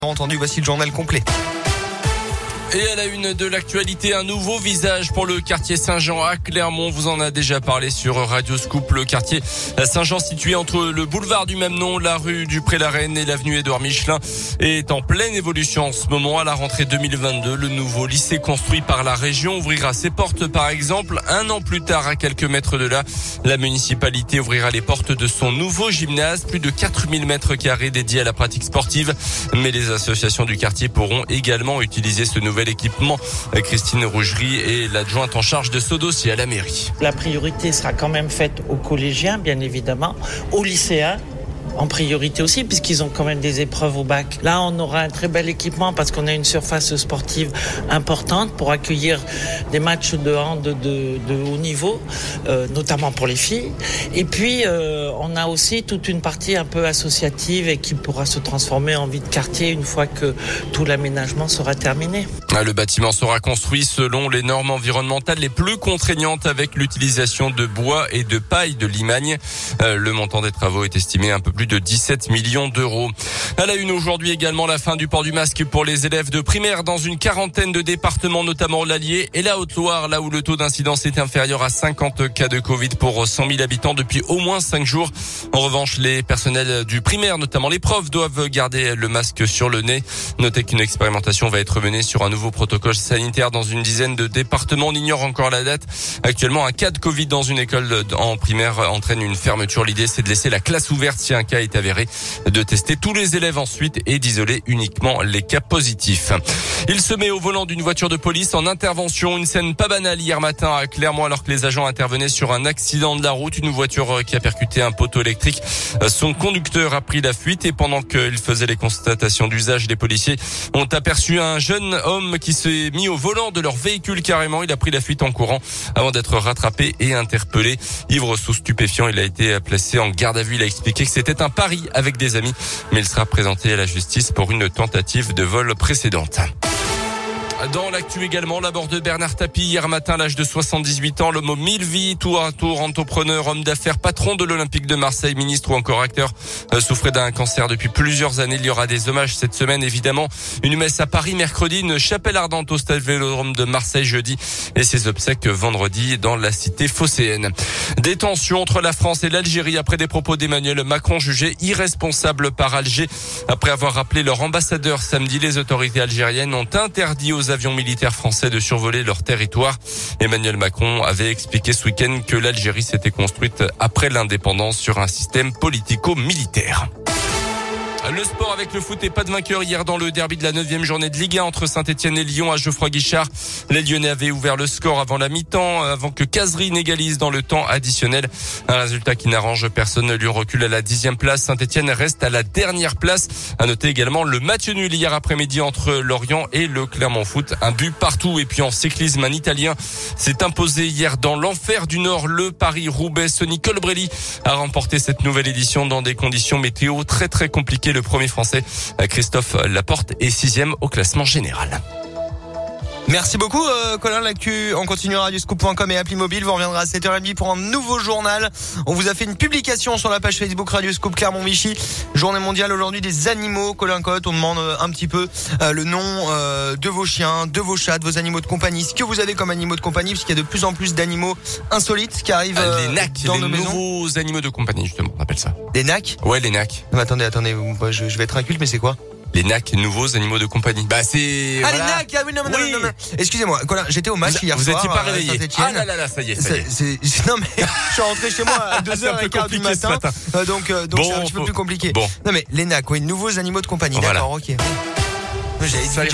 Entendu, voici le journal complet. Et à la une de l'actualité, un nouveau visage pour le quartier Saint-Jean à Clermont. Vous en a déjà parlé sur Radio Scoop. Le quartier Saint-Jean, situé entre le boulevard du même nom, la rue du Pré-la-Reine et l'avenue Édouard Michelin, est en pleine évolution en ce moment. À la rentrée 2022, le nouveau lycée construit par la région ouvrira ses portes, par exemple. Un an plus tard, à quelques mètres de là, la municipalité ouvrira les portes de son nouveau gymnase. Plus de 4000 mètres carrés dédiés à la pratique sportive. Mais les associations du quartier pourront également utiliser ce nouvel équipement. Christine Rougerie est l'adjointe en charge de ce dossier à la mairie. La priorité sera quand même faite aux collégiens, bien évidemment, aux lycéens en priorité aussi, puisqu'ils ont quand même des épreuves au bac. Là, on aura un très bel équipement parce qu'on a une surface sportive importante pour accueillir des matchs de hand de haut niveau, notamment pour les filles. Et puis, on a aussi toute une partie un peu associative et qui pourra se transformer en vie de quartier une fois que tout l'aménagement sera terminé. Le bâtiment sera construit selon les normes environnementales les plus contraignantes avec l'utilisation de bois et de paille de Limagne. Le montant des travaux est estimé à un peu plus de 17 millions d'euros. À la une aujourd'hui également, la fin du port du masque pour les élèves de primaire dans une quarantaine de départements, notamment l'Allier et la Haute-Loire, là où le taux d'incidence est inférieur à 50 cas de Covid pour 100 000 habitants depuis au moins 5 jours. En revanche, les personnels du primaire, notamment les profs, doivent garder le masque sur le nez. Notez qu'une expérimentation va être menée sur un nouveau protocole sanitaire dans une dizaine de départements. On ignore encore la date. Actuellement, un cas de Covid dans une école en primaire entraîne une fermeture. L'idée, c'est de laisser la classe ouverte si un cas est avéré, de tester tous les élèves ensuite et d'isoler uniquement les cas positifs. Il se met au volant d'une voiture de police en intervention. Une scène pas banale hier matin à Clermont alors que les agents intervenaient sur un accident de la route. Une voiture qui a percuté un poteau électrique. Son conducteur a pris la fuite et pendant qu'il faisait les constatations d'usage, les policiers ont aperçu un jeune homme qui s'est mis au volant de leur véhicule carrément. Il a pris la fuite en courant avant d'être rattrapé et interpellé. Ivre sous stupéfiant, il a été placé en garde à vue. Il a expliqué que c'était un pari avec des amis, mais il sera présenté à la justice pour une tentative de vol précédente. Dans l'actu également, la mort de Bernard Tapie hier matin à l'âge de 78 ans. L'homme aux 1000 vies, tour à tour, entrepreneur, homme d'affaires, patron de l'Olympique de Marseille, ministre ou encore acteur, souffrait d'un cancer depuis plusieurs années. Il y aura des hommages cette semaine, évidemment. Une messe à Paris mercredi, une chapelle ardente au stade Vélodrome de Marseille jeudi et ses obsèques vendredi dans la cité phocéenne. Des tensions entre la France et l'Algérie après des propos d'Emmanuel Macron jugés irresponsables par Alger. Après avoir rappelé leur ambassadeur samedi, les autorités algériennes ont interdit aux avions militaires français de survoler leur territoire. Emmanuel Macron avait expliqué ce week-end que l'Algérie s'était construite après l'indépendance sur un système politico-militaire. Le sport avec le foot et pas de vainqueur hier dans le derby de la 9e journée de Ligue 1 entre Saint-Etienne et Lyon à Geoffroy-Guichard. Les Lyonnais avaient ouvert le score avant la mi-temps, avant que Kazri n'égalise dans le temps additionnel. Un résultat qui n'arrange personne. Lyon recule à la 10e place. Saint-Etienne reste à la dernière place. À noter également le match nul hier après-midi entre Lorient et le Clermont Foot. Un but partout. Et puis en cyclisme, un Italien s'est imposé hier dans l'enfer du Nord. Le Paris-Roubaix. Sonny Colbrelli a remporté cette nouvelle édition dans des conditions météo très très compliquées. Le premier français, Christophe Laporte, est 6e au classement général. Merci beaucoup Colin, l'actu on continuera radioscoop.com et appli mobile. Vous reviendrez à 7h30 pour un nouveau journal. On vous a fait une publication sur la page Facebook Radioscoop Clermont-Vichy. Journée mondiale aujourd'hui des animaux. Colin Cotte, on demande un petit peu le nom de vos chiens, de vos chats, de vos animaux de compagnie. Ce que vous avez comme animaux de compagnie, puisqu'il y a de plus en plus d'animaux insolites qui arrivent les NAC, dans les nos maisons. Nouveaux animaux de compagnie justement, on appelle ça. Les NAC? Ouais, les NAC. Non, attendez, je vais être inculte, mais c'est quoi? Les NAC, nouveaux animaux de compagnie. Bah c'est... Ah, voilà. les NAC. Ah oui, non. Excusez-moi, Colin, j'étais au match hier vous soir. étiez pas réveillé. Saint-Etienne. Ah là, ça y est. Non mais je suis rentré chez moi à 2h15 du matin. Donc bon, c'est un petit peu plus compliqué. Bon. Non mais les NAC, oui, nouveaux animaux de compagnie. Voilà. D'accord, ok. J'avais dit